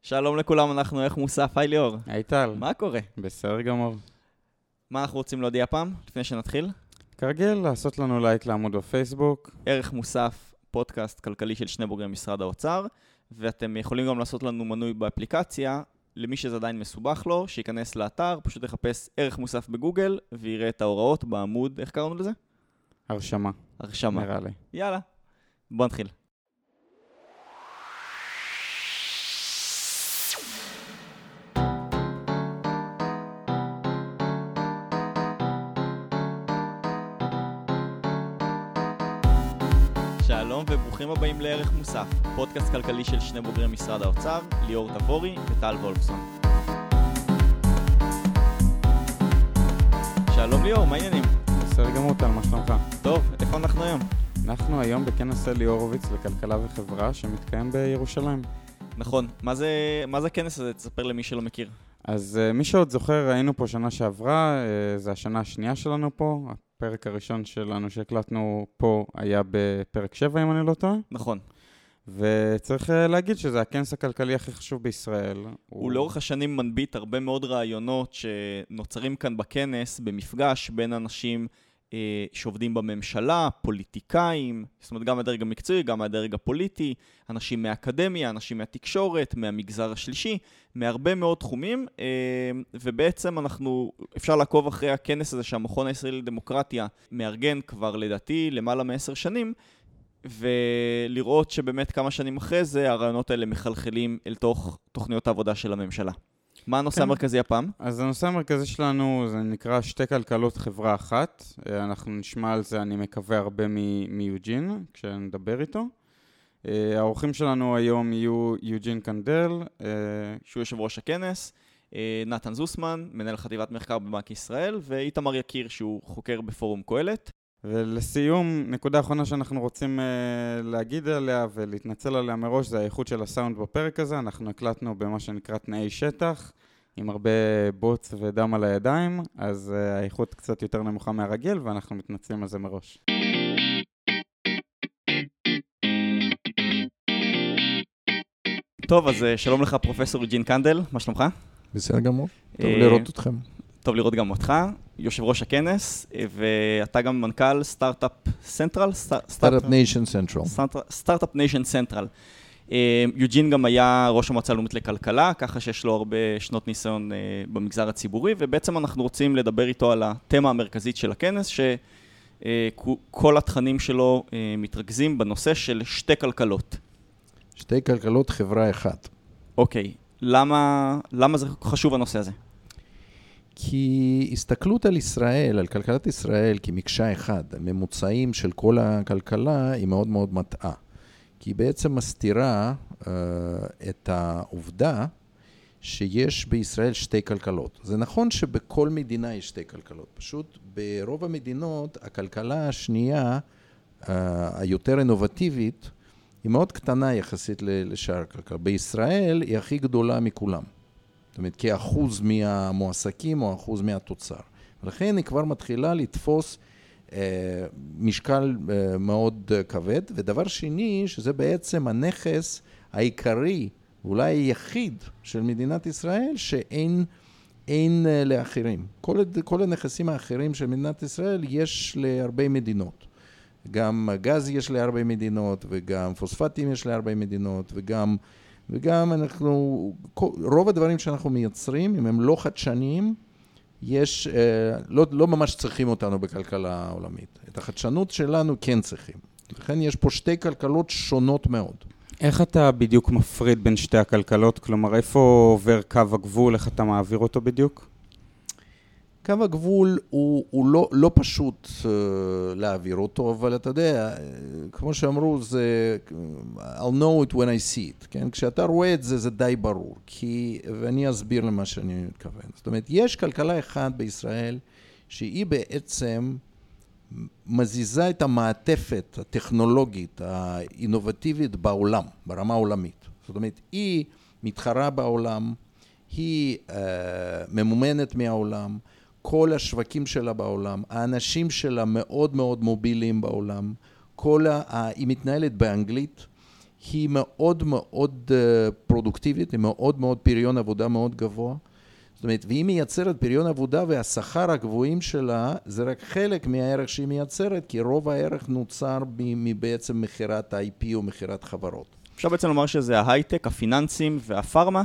שלום לכולם, אנחנו איך מוסף, היי ליאור. היי טל. מה קורה? בסדר גמור. מה אנחנו רוצים להודיע פעם, לפני שנתחיל? כרגיל, לעשות לנו לייק לעמוד בפייסבוק. ערך מוסף, פודקאסט כלכלי של שני בוגרי משרד האוצר, ואתם יכולים גם לעשות לנו מנוי באפליקציה, למי שזה עדיין מסובך לו, שיכנס לאתר, פשוט יחפש ערך מוסף בגוגל, ויראה את ההוראות בעמוד, איך קראנו לזה? הרשמה. הרשמה. נראה לי. יאללה, בוא נתחיל. שלום וברוכים הבאים לערך מוסף, פודקאסט כלכלי של שני בוגרי משרד האוצר, ליאור תבורי וטל וולפסון. שלום ליאור, מה העניינים? בסדר גמור טל, מה שלומך? טוב, איפה אנחנו היום? אנחנו היום בכנס אלי הורוביץ לכלכלה וחברה שמתקיים בירושלים. נכון, מה זה הכנס הזה? תספר למי שלא מכיר. אז מי שעוד זוכר, היינו פה שנה שעברה, זה השנה השנייה שלנו פה. הפרק הראשון שלנו שהקלטנו פה היה בפרק 7, אם אני לא טועה. נכון. וצריך להגיד שזה הכנס הכלכלי הכי חשוב בישראל. הוא לאורך השנים מנביט הרבה מאוד רעיונות שנוצרים כאן בכנס, במפגש בין אנשים שעובדים בממשלה, פוליטיקאים, זאת אומרת גם הדרג המקצועי, גם הדרג הפוליטי, אנשים מהאקדמיה, אנשים מהתקשורת, מהמגזר השלישי, מהרבה מאוד תחומים, ובעצם אפשר לעקוב אחרי הכנס הזה שהמכון הישראלי לדמוקרטיה מארגן כבר לדעתי למעלה מ10 שנים, ולראות שבאמת כמה שנים אחרי זה הרעיונות האלה מחלחלים אל תוך תוכניות העבודה של הממשלה. מה הנושא המרכזי הפעם? אז הנושא המרכזי שלנו זה נקרא שתי כלכלות חברה אחת. אנחנו נשמע על זה, אני מקווה, הרבה מיוג'ין כשנדבר איתו. האורחים שלנו היום יהיו יוג'ין קנדל, שהוא יושב ראש הכנס, נתן זוסמן, מנהל חטיבת מחקר בבנק ישראל, ואיתמר יקיר שהוא חוקר בפורום קהלת. ולסיום, נקודה אחרונה שאנחנו רוצים להגיד עליה ולהתנצל עליה מראש, זה האיכות של הסאונד בפרק הזה. אנחנו הקלטנו במה שנקרא תנאי שטח, עם הרבה בוץ ודם על הידיים, אז האיכות קצת יותר נמוכה מהרגיל, ואנחנו מתנצלים על זה מראש. טוב, אז שלום לך פרופסור יוג'ין קנדל, מה שלומך? בסדר גמור, טוב לראות אתכם. טוב לראות גם אותך, יושב ראש הכנס, ואתה גם מנכ"ל סטארט-אפ סנטרל? סטארט-אפ ניישן סנטרל. סטארט-אפ ניישן סנטרל. יוג'ין גם היה ראש המועצה הלאומית לכלכלה, ככה שיש לו הרבה שנות ניסיון במגזר הציבורי, ובעצם אנחנו רוצים לדבר איתו על התמה המרכזית של הכנס, שכל התכנים שלו מתרכזים בנושא של שתי כלכלות. שתי כלכלות חברה אחת. אוקיי, למה זה חשוב הנושא הזה? כי הסתכלות על ישראל, על כלכלת ישראל כמקשה אחד, הממוצעים של כל הכלכלה היא מאוד מאוד מטעה. כי היא בעצם מסתירה את העובדה שיש בישראל שתי כלכלות. זה נכון שבכל מדינה יש שתי כלכלות. פשוט ברוב המדינות הכלכלה השנייה, היותר אינובטיבית, היא מאוד קטנה יחסית לשאר הכלכלה. בישראל היא הכי גדולה מכולם. זאת אומרת, כאחוז מהמועסקים או אחוז מהתוצר. ולכן היא כבר מתחילה לתפוס משקל מאוד כבד. ודבר שני, שזה בעצם הנכס העיקרי, אולי היחיד של מדינת ישראל, שאין לאחרים. כל הנכסים האחרים של מדינת ישראל יש להרבה מדינות. גם גז יש להרבה מדינות, וגם פוספטים יש להרבה מדינות, וגם רוב הדברים שאנחנו מייצרים, אם הם לא חדשניים, לא ממש צריכים אותנו בכלכלה העולמית. את החדשנות שלנו כן צריכים. לכן יש פה שתי כלכלות שונות מאוד. איך אתה בדיוק מפריד בין שתי הכלכלות? כלומר, איפה עובר קו הגבול? איך אתה מעביר אותו בדיוק? קו הגבול הוא לא פשוט להעביר אותו, אבל אתה יודע, כמו שאמרו, זה I'll know it when I see it, כן? כשאתה רואה את זה, זה די ברור, ואני אסביר למה שאני מתכוון. זאת אומרת, יש כלכלה אחת בישראל, שהיא בעצם מזיזה את המעטפת הטכנולוגית, האינובטיבית בעולם, ברמה העולמית. זאת אומרת, היא מתחרה בעולם, היא ממומנת מהעולם, כל השווקים שלה בעולם, האנשים שלה מאוד מאוד מובילים בעולם, היא מתנהלת באנגלית, היא מאוד מאוד פרודוקטיבית, היא מאוד מאוד פריון עבודה מאוד גבוה. זאת אומרת, והיא מייצרת פריון עבודה והשכר הגבוהים שלה, זה רק חלק מהערך שהיא מייצרת, כי רוב הערך נוצר מבעצם מחירת ה-IP או מחירת חברות. אפשר בעצם לומר שזה ההייטק, הפיננסים והפארמה?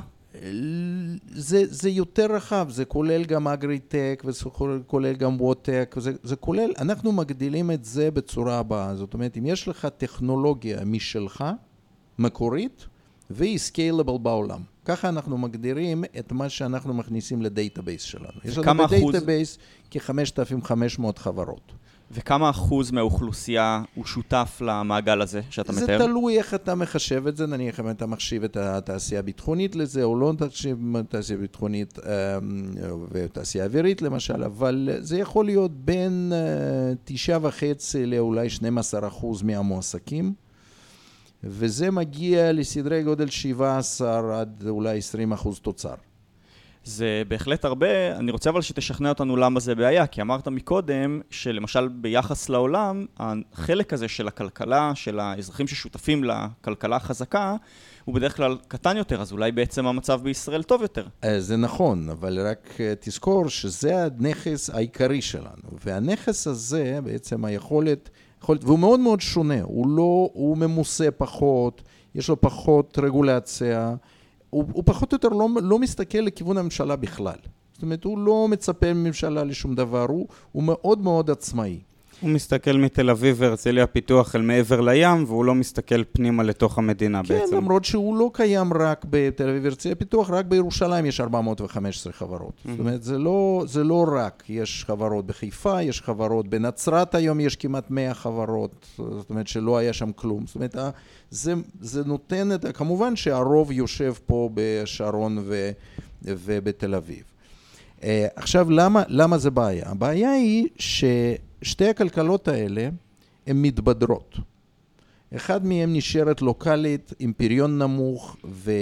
זה יותר רחב, זה כולל גם אגריטק, וזה כולל גם ווטק, זה כולל, אנחנו מגדילים את זה בצורה הבאה, זאת אומרת, אם יש לך טכנולוגיה משלך, מקורית, והיא סקיילבל בעולם. ככה אנחנו מגדירים את מה שאנחנו מכניסים לדייטאבייס שלנו. יש לנו בדייטאבייס כ-5,500 חברות. וכמה אחוז מהאוכלוסייה הוא שותף למעגל הזה שאתה מתאר? זה תלוי איך אתה מחשב את זה, נניח אם אתה מחשיב את התעשייה הביטחונית לזה, או לא תחשיב תעשייה ביטחונית ותעשייה אווירית למשל, אבל זה יכול להיות בין 9.5 לאולי 12% מהמועסקים, וזה מגיע לסדרי גודל 17 עד אולי 20% תוצר. זה בהחלט הרבה, אני רוצה אבל שתשכנע אותנו למה זה בעיה, כי אמרת מקודם שלמשל ביחס לעולם, החלק הזה של הכלכלה, של האזרחים ששותפים לכלכלה החזקה, הוא בדרך כלל קטן יותר, אז אולי בעצם המצב בישראל טוב יותר. זה נכון, אבל רק תזכור שזה הנכס העיקרי שלנו, והנכס הזה בעצם היכולת, והוא מאוד מאוד שונה, הוא ממוסה פחות, יש לו פחות רגולציה, הוא פחות או יותר לא מסתכל לכיוון הממשלה בכלל. זאת אומרת, הוא לא מצפה מממשלה לשום דבר, הוא מאוד מאוד עצמאי. הוא מסתכל מתל אביב והרצליה פיתוח אל מעבר לים, והוא לא מסתכל פנימה לתוך המדינה כן, בעצם. כן, למרות שהוא לא קיים רק בתל אביב והרצליה פיתוח, רק בירושלים יש 415 חברות. זאת אומרת, זה לא רק, יש חברות בחיפה, יש חברות בנצרת היום, יש כמעט 100 חברות, זאת אומרת שלא היה שם כלום. זאת אומרת, זה נותן את, כמובן שהרוב יושב פה בשרון ובתל אביב. עכשיו, למה זה בעיה? הבעיה היא ששתי הכלכלות האלה הן מתבדרות. אחד מהם נשארת לוקלית עם פריון נמוך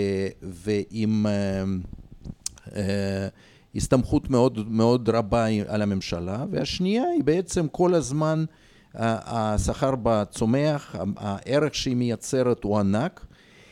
ועם הסתמכות מאוד, מאוד רבה על הממשלה, והשנייה היא בעצם כל הזמן השכר בצומח, הערך שהיא מייצרת הוא ענק,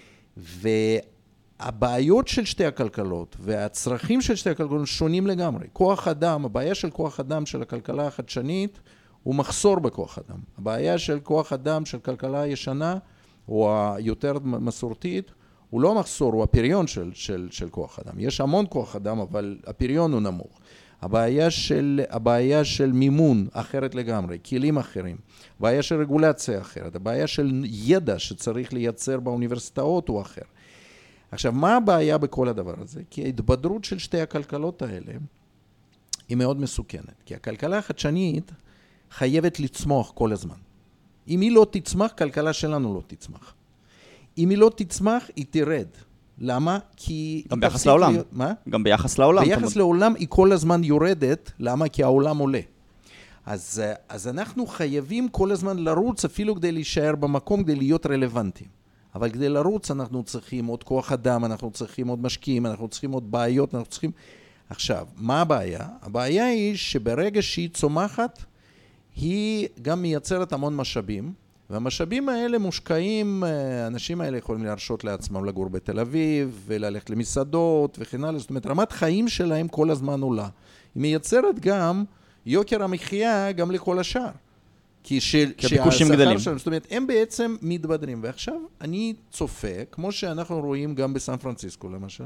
הבעיות של שתי הכלכלות והצרכים של שתי הכלכלות שונים לגמרי. כוח אדם, הבעיה של כוח אדם של הכלכלה החדשנית הוא מחסור בכוח אדם. הבעיה של כוח אדם של כלכלה ישנה או היותר מסורתית הוא לא מחסור, הוא הפריון של כוח אדם. יש המון כוח אדם אבל הפריון הוא נמוך. הבעיה של מימון אחרת לגמרי, כלים אחרים, הבעיה של רגולציה אחרת, הבעיה של ידע שצריך לייצר באוניברסיטאות הוא אחר. עכשיו, מה הבעיה בכל הדבר הזה? כי ההתבדרות של שתי הכלכלות האלה היא מאוד מסוכנת. כי הכלכלה החדשנית חייבת לצמוח כל הזמן. אם היא לא תצמח, כלכלה שלנו לא תצמח. אם היא לא תצמח, היא תרד. למה? כי... גם ביחס לעולם. מה? גם ביחס לעולם. ביחס לעולם היא כל הזמן יורדת. למה? כי העולם עולה. אז אנחנו חייבים כל הזמן לרוץ אפילו כדי להישאר במקום, כדי להיות רלוונטיים. אבל כדי לרוץ אנחנו צריכים עוד כוח אדם, אנחנו צריכים עוד משקיעים, אנחנו צריכים עוד בעיות, אנחנו צריכים... עכשיו, מה הבעיה? הבעיה היא שברגע שהיא צומחת, היא גם מייצרת המון משאבים, והמשאבים האלה מושקעים, האנשים האלה יכולים להרשות לעצמם לגור בתל אביב, וללכת למסעדות וכן הלאה, זאת אומרת, רמת חיים שלהם כל הזמן עולה. היא מייצרת גם יוקר המחיה גם לכל השאר. כי הביקושים גדלים. זאת אומרת, הם בעצם מתבדרים. ועכשיו אני צופה, כמו שאנחנו רואים גם בסן פרנסיסקו למשל,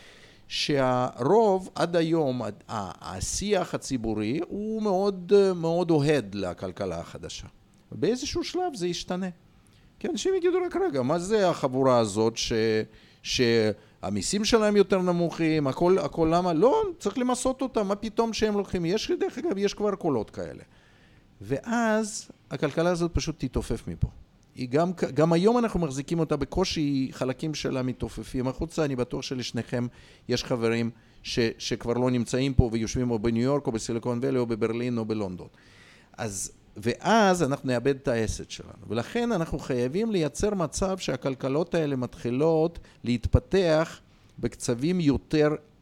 שהרוב עד היום, השיח הציבורי הוא מאוד מאוד אוהד לכלכלה החדשה. ובאיזשהו שלב זה ישתנה. כי אנשים יגידו רק רגע, מה זה החבורה הזאת שהמיסים שלהם יותר נמוכים, הכל למה? לא, צריך למסות אותם, מה פתאום שהם לוקחים? דרך אגב, יש כבר קולות כאלה. ואז הכלכלה הזאת פשוט תתעופף מפה. גם היום אנחנו מחזיקים אותה בקושי, חלקים שלה מתעופפים החוצה. אני בטוח שלשניכם יש חברים שכבר לא נמצאים פה ויושבים או בניו יורק או בסיליקון ואלי או בברלין או בלונדון. ואז אנחנו נאבד את האסט שלנו. ולכן אנחנו חייבים לייצר מצב שהכלכלות האלה מתחילות להתפתח בקצבים יותר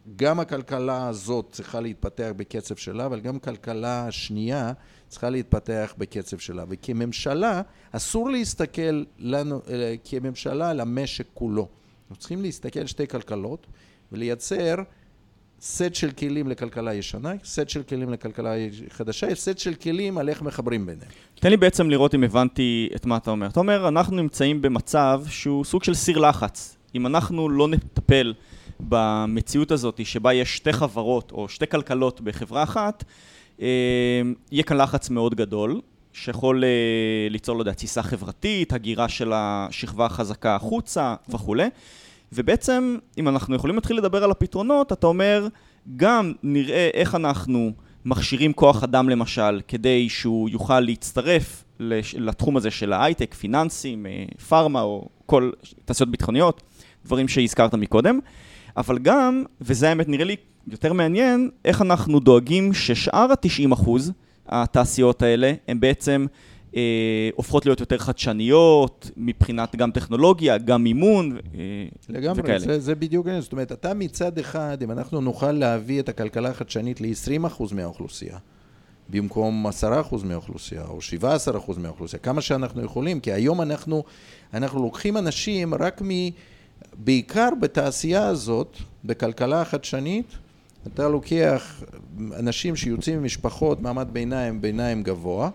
גם הכלכלה הזאת צריכה להתפתח בקצב שלה, אבל גם הכלכלה השנייה צריכה להתפתח בקצב שלה. וכממשלה, אסור להסתכל לנו, כממשלה למשק כולו. אנחנו צריכים להסתכל על שתי כלכלות ולייצר סט של כלים לכלכלה ישנה, סט של כלים לכלכלה חדשה, סט של כלים על איך מחברים ביניהם. תן לי בעצם לראות אם הבנתי את מה אתה אומר. אתה אומר, אנחנו נמצאים במצב שהוא סוג של סיר לחץ. אם אנחנו לא נטפל במציאות הזאת שבה יש שתי חברות או שתי כלכלות בחברה אחת, יהיה כאן לחץ מאוד גדול, שיכול ליצור, לא יודע, תסיסה חברתית, הגירה של השכבה החזקה החוצה וכו'. ובעצם, אם אנחנו יכולים להתחיל לדבר על הפתרונות, אתה אומר, גם נראה איך אנחנו מכשירים כוח אדם למשל, כדי שהוא יוכל להצטרף לתחום הזה של ההייטק, פיננסים, פארמה או כל תעשיות ביטחוניות, דברים שהזכרת מקודם, אבל גם, וזה האמת נראה לי יותר מעניין, איך אנחנו דואגים ששאר ה-90% התעשיות האלה, הן בעצם הופכות להיות יותר חדשניות, מבחינת גם טכנולוגיה, גם מימון לגמרי, וכאלה. זה בדיוק, זאת אומרת, אתה מצד אחד, אם אנחנו נוכל להביא את הכלכלה החדשנית ל-20% מהאוכלוסייה, במקום 10% מהאוכלוסייה, או 17% מהאוכלוסייה, כמה שאנחנו יכולים, כי היום אנחנו לוקחים אנשים רק בעיקר בתעשייה הזאת, בכלכלה החדשנית, אתה לוקח אנשים שיוצאים ממשפחות, מעמד ביניים גבוה,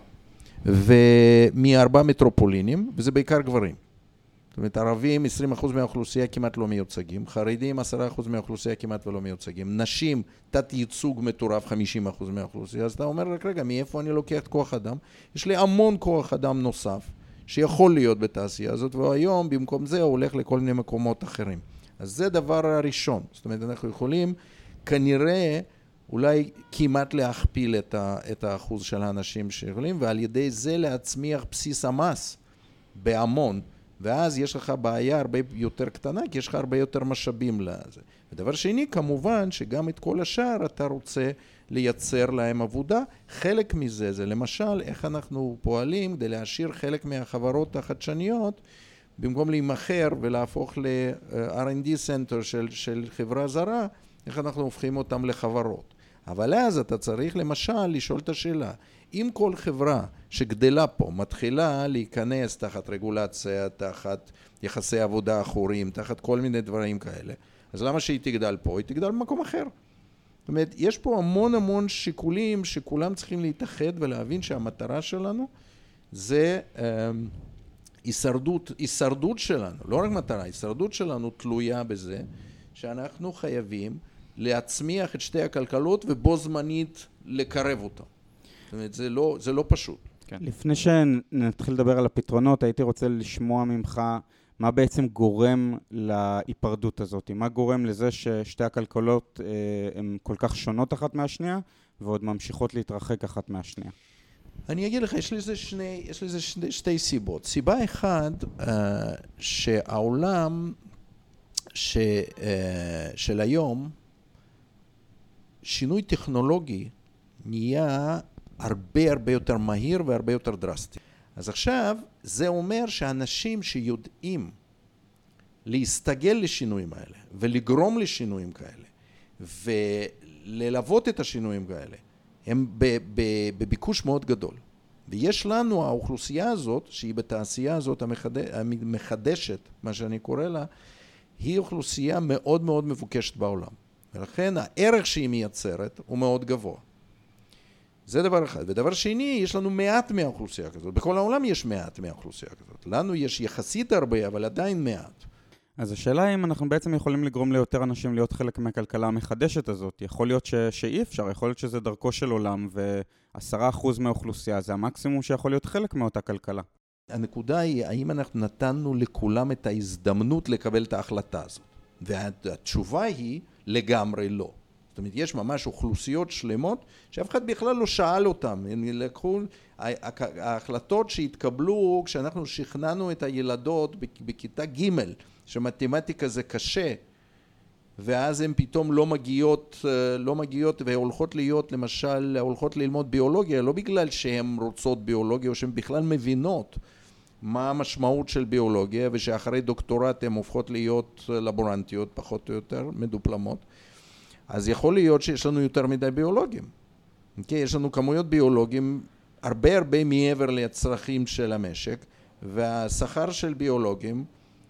ומ4 מטרופולינים, וזה בעיקר גברים. זאת אומרת, ערבים 20% מהאוכלוסייה כמעט לא מיוצגים, חרדים 10% מהאוכלוסייה כמעט ולא מיוצגים, נשים תת ייצוג מטורף 50% מהאוכלוסייה, אז אתה אומר רק רגע, מאיפה אני לוקח את כוח אדם? יש לי המון כוח אדם נוסף, שיכול להיות בתעשייה הזאת, והיום במקום זה הוא הולך לכל מיני מקומות אחרים. אז זה דבר הראשון, זאת אומרת, אנחנו יכולים כנראה אולי כמעט להכפיל את האחוז של האנשים שיכולים, ועל ידי זה להצמיח בסיס המס בהמון, ואז יש לך בעיה הרבה יותר קטנה, כי יש לך הרבה יותר משאבים לזה. ודבר שני, כמובן שגם את כל השאר אתה רוצה לייצר להם עבודה. חלק מזה זה למשל איך אנחנו פועלים כדי להשאיר חלק מהחברות החדשניות, במקום להימחר ולהפוך ל-R&D Center של חברה זרה, איך אנחנו הופכים אותם לחברות. אבל אז אתה צריך למשל לשאול את השאלה, אם כל חברה שגדלה פה מתחילה להיכנס תחת רגולציה, תחת יחסי עבודה אחורים, תחת כל מיני דברים כאלה, אז למה שהיא תגדל פה? היא תגדל במקום אחר. זאת אומרת, יש פה המון שיקולים שכולם צריכים להתאחד ולהבין שהמטרה שלנו זה הישרדות שלנו, לא רק מטרה, הישרדות שלנו תלויה בזה שאנחנו חייבים להצמיח את שתי הכלכלות ובו זמנית לקרב אותה. זאת אומרת, זה לא פשוט. כן. לפני שנתחיל לדבר על הפתרונות, הייתי רוצה לשמוע ממך מה בעצם גורם להיפרדות הזאת. מה גורם לזה ששתי הכלכלות הן כל כך שונות אחת מהשנייה, ועוד ממשיכות להתרחק אחת מהשנייה? אני אגיד לך, יש לזה שתי סיבות. סיבה אחת, שהעולם של היום, שינוי טכנולוגי נהיה הרבה יותר מהיר והרבה יותר דרסטי. אז עכשיו זה אומר שאנשים שיודעים להסתגל לשינויים האלה ולגרום לשינויים כאלה וללוות את השינויים כאלה, הם בביקוש מאוד גדול. ויש לנו האוכלוסייה הזאת, שהיא בתעשייה הזאת המחדשת, מה שאני קורא לה, היא אוכלוסייה מאוד מבוקשת בעולם. ולכן הערך שהיא מייצרת הוא מאוד גבוה. זה דבר אחד. ודבר שני, יש לנו מעט מהאוכלוסייה כזאת. בכל העולם יש מעט מהאוכלוסייה כזאת. לנו יש יחסית הרבה, אבל עדיין מעט. אז השאלה היא אם אנחנו בעצם יכולים לגרום ליותר אנשים להיות חלק מהכלכלה המחדשת הזאת. יכול להיות שאי אפשר, יכול להיות שזה דרכו של עולם, ו10% מהאוכלוסייה זה המקסימום שיכול להיות חלק מאותה כלכלה. הנקודה היא, האם אנחנו נתנו לכולם את ההזדמנות לקבל את ההחלטה הזאת? והתשובה היא לגמרי לא. זאת אומרת, יש ממש אוכלוסיות שלמות שאף אחד בכלל לא שאל אותם. ההחלטות שהתקבלו כשאנחנו שכנענו את הילדות בכיתה ג' שמתמטיקה זה קשה, ואז הן פתאום לא מגיעות והולכות להיות, למשל, הולכות ללמוד ביולוגיה, לא בגלל שהן רוצות ביולוגיה, או שהן בכלל מבינות מה המשמעות של ביולוגיה, ושאחרי דוקטורט הן הופכות להיות לבורנטיות, פחות או יותר, מדופלמות. אז יכול להיות שיש לנו יותר מדי ביולוגים. Okay? יש לנו כמויות ביולוגים הרבה מעבר לצרכים של המשק, והשכר של ביולוגים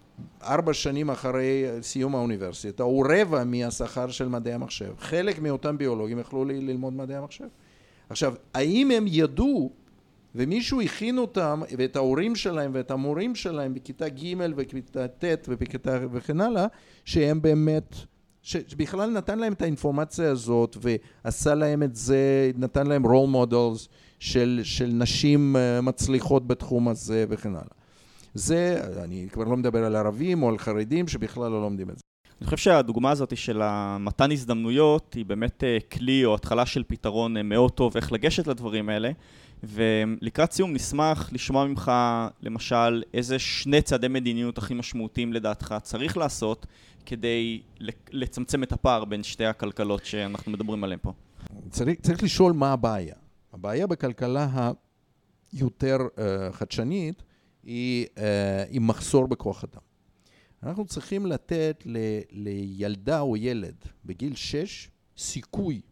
4 שנים אחרי סיום האוניברסיטה הוא רבע מהשכר של מדעי המחשב. חלק מאותם ביולוגים יכלו ללמוד מדעי המחשב. עכשיו, האם הם ידעו ומישהו הכין אותם ואת ההורים שלהם ואת המורים שלהם בכיתה ג' וכיתה ט' וכן הלאה, שהם באמת, שבכלל נתן להם את האינפורמציה הזאת ועשה להם את זה, נתן להם role models של נשים מצליחות בתחום הזה וכן הלאה. זה, אני כבר לא מדבר על ערבים או על חרדים שבכלל לא לומדים את זה. אני חושב שהדוגמה הזאת של מתן הזדמנויות היא באמת כלי או התחלה של פתרון מאוד טוב איך לגשת לדברים האלה, ולקראת סיום נשמח לשמוע ממך למשל איזה 2 צעדי מדיניות הכי משמעותיים לדעתך צריך לעשות כדי לצמצם את הפער בין שתי הכלכלות שאנחנו מדברים עליהן פה. צריך לשאול מה הבעיה. הבעיה בכלכלה היותר חדשנית היא מחסור בכוח אדם. אנחנו צריכים לתת לילדה או ילד בגיל 6 סיכוי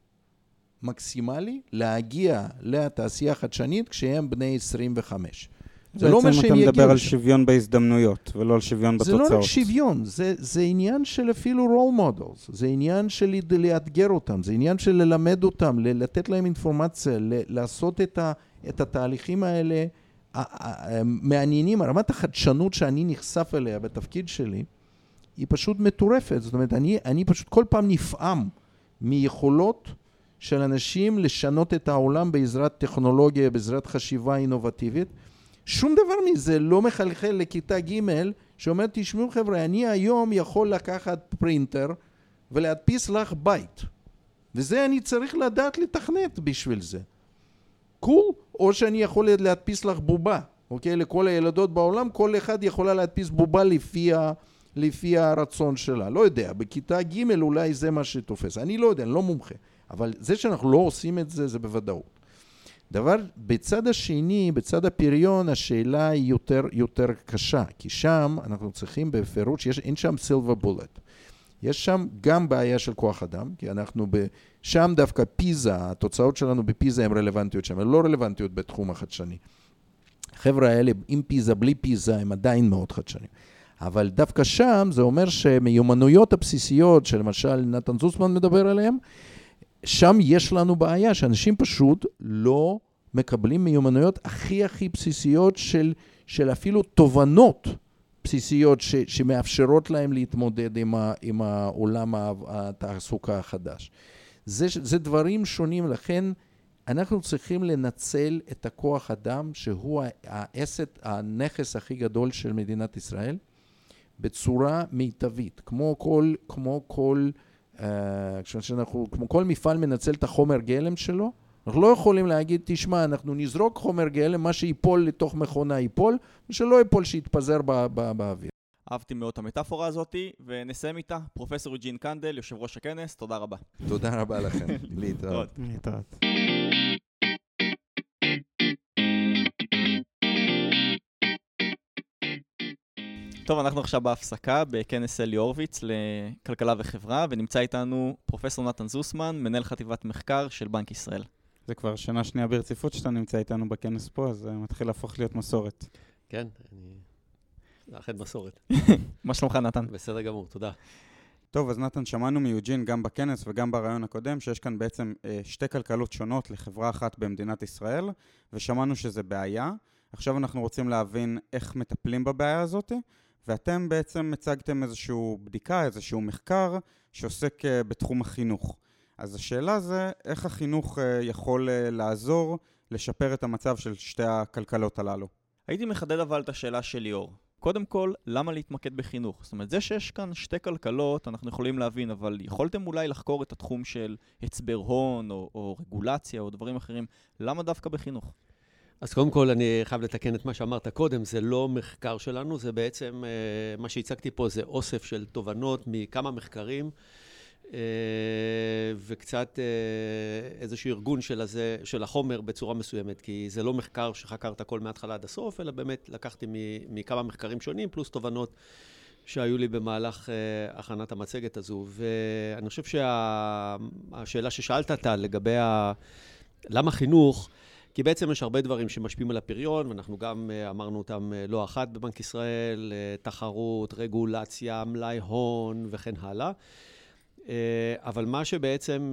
מקסימלי להגיע לתעשייה חדשנית כשהם בני 25. זה לא אומר שהם יגיעו. בעצם אתה מדבר על שוויון בהזדמנויות ולא על שוויון בתוצאות. זה לא רק שוויון, זה עניין של אפילו role models, זה עניין של לאתגר אותם, זה עניין של ללמד אותם, לתת להם אינפורמציה, לעשות את התהליכים האלה מעניינים. רמת החדשנות שאני נחשף אליה בתפקיד שלי היא פשוט מטורפת. זאת אומרת, אני פשוט כל פעם נפעם מיכולות של אנשים לשנות את העולם בעזרת טכנולוגיה, בעזרת חשיבה אינובטיבית. שום דבר מזה לא מחלחל לכיתה ג' שאומר, תשמעו חבר'ה, אני היום יכול לקחת פרינטר ולהדפיס לך בית. וזה אני צריך לדעת לתכנת בשביל זה. קול, או שאני יכול להדפיס לך בובה, אוקיי? לכל הילדות בעולם, כל אחד יכולה להדפיס בובה לפי הרצון שלה. לא יודע, בכיתה ג' אולי זה מה שתופס. אני לא יודע, אני לא מומחה. אבל זה שאנחנו לא עושים את זה, זה בוודאות. דבר, בצד השני, בצד הפריון, השאלה היא יותר קשה. כי שם אנחנו צריכים בפירוש, אין שם סילבר בולט. יש שם גם בעיה של כוח אדם, כי אנחנו שם דווקא פיזה, התוצאות שלנו בפיזה הן רלוונטיות שם, הן לא רלוונטיות בתחום החדשני. החבר'ה האלה, עם פיזה, בלי פיזה, הם עדיין מאוד חדשנים. אבל דווקא שם זה אומר שמיומנויות הבסיסיות, שלמשל נתן זוסמן מדבר עליהן, שם יש לנו בעיה, שאנשים פשוט לא מקבלים מיומנויות הכי בסיסיות של אפילו תובנות בסיסיות שמאפשרות להם להתמודד עם העולם התעסוקה החדש. זה דברים שונים, לכן אנחנו צריכים לנצל את הכוח אדם שהוא הנכס הכי גדול של מדינת ישראל בצורה מיטבית, כמו כל מפעל מנצל את החומר גלם שלו. אנחנו לא יכולים להגיד, תשמע, אנחנו נזרוק חומר גלם, מה שיפול לתוך מכונה ייפול, ושלא ייפול שיתפזר באוויר. אהבתי מאוד את המטאפורה הזאת, ונסיים איתה. פרופסור יוג'ין קנדל, יושב ראש הכנס, תודה רבה. תודה רבה לכם. להתראות. להתראות. טוב, אנחנו עכשיו בהפסקה בכנס אלי הורוביץ לכלכלה וחברה, ונמצא איתנו פרופסור נתן זוסמן, מנהל חטיבת מחקר של בנק ישראל. זה כבר שנה שנייה ברציפות שאתה נמצא איתנו בכנס פה, אז זה מתחיל להפוך להיות מסורת. כן, אני לאחד מסורת. מה שלומך נתן? בסדר גמור, תודה. טוב, אז נתן, שמענו מיוג'ין גם בכנס וגם ברעיון הקודם, שיש כאן בעצם 2 כלכלות שונות לחברה אחת במדינת ישראל, ושמענו שזה בעיה. עכשיו אנחנו רוצים להבין איך מטפלים בבעיה הזאת, ואתם בעצם הצגתם איזשהו בדיקה, איזשהו מחקר שעוסק בתחום החינוך. אז השאלה זה, איך החינוך יכול לעזור לשפר את המצב של 2 הכלכלות הללו? הייתי מחדד אבל את השאלה של ליאור. קודם כל, למה להתמקד בחינוך? זאת אומרת, זה שיש כאן 2 כלכלות, אנחנו יכולים להבין, אבל יכולתם אולי לחקור את התחום של הצבר הון או רגולציה או דברים אחרים. למה דווקא בחינוך? אז קודם כל אני חייב לתקן את מה שאמרת קודם, זה לא מחקר שלנו, זה בעצם, מה שהצגתי פה זה אוסף של תובנות מכמה מחקרים, וקצת איזשהו ארגון של החומר בצורה מסוימת, כי זה לא מחקר שחקרת הכל מההתחלה עד הסוף, אלא באמת לקחתי מכמה מחקרים שונים, פלוס תובנות שהיו לי במהלך הכנת המצגת הזו, ואני חושב שהשאלה ששאלת אתה לגבי למה חינוך, כי בעצם יש הרבה דברים שמשפיעים על הפריון, ואנחנו גם אמרנו אותם לא אחת בבנק ישראל, תחרות, רגולציה, מלאי הון וכן הלאה. אבל מה שבעצם